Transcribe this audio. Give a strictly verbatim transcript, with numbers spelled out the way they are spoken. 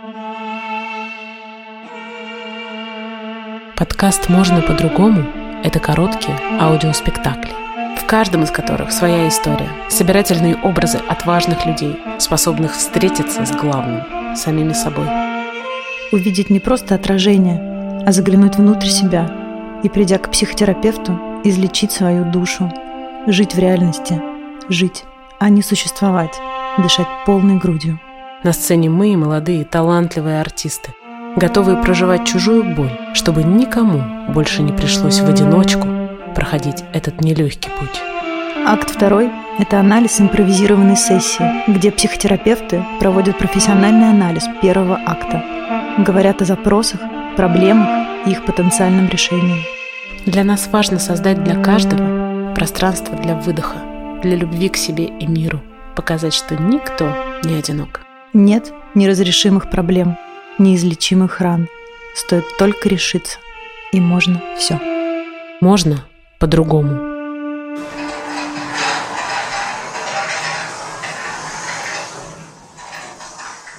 Подкаст «Можно по-другому» — это короткие аудиоспектакли, в каждом из которых своя история, собирательные образы отважных людей, способных встретиться с главным — самими собой. Увидеть не просто отражение, а заглянуть внутрь себя и, придя к психотерапевту, излечить свою душу, жить в реальности, жить, а не существовать, дышать полной грудью. На сцене мы, молодые, талантливые артисты, готовые проживать чужую боль, чтобы никому больше не пришлось в одиночку проходить этот нелегкий путь. Акт второй – это анализ импровизированной сессии, где психотерапевты проводят профессиональный анализ первого акта, говорят о запросах, проблемах и их потенциальном решении. Для нас важно создать для каждого пространство для выдоха, для любви к себе и миру, показать, что никто не одинок. Нет неразрешимых проблем, неизлечимых ран. Стоит только решиться, и можно все. Можно по-другому.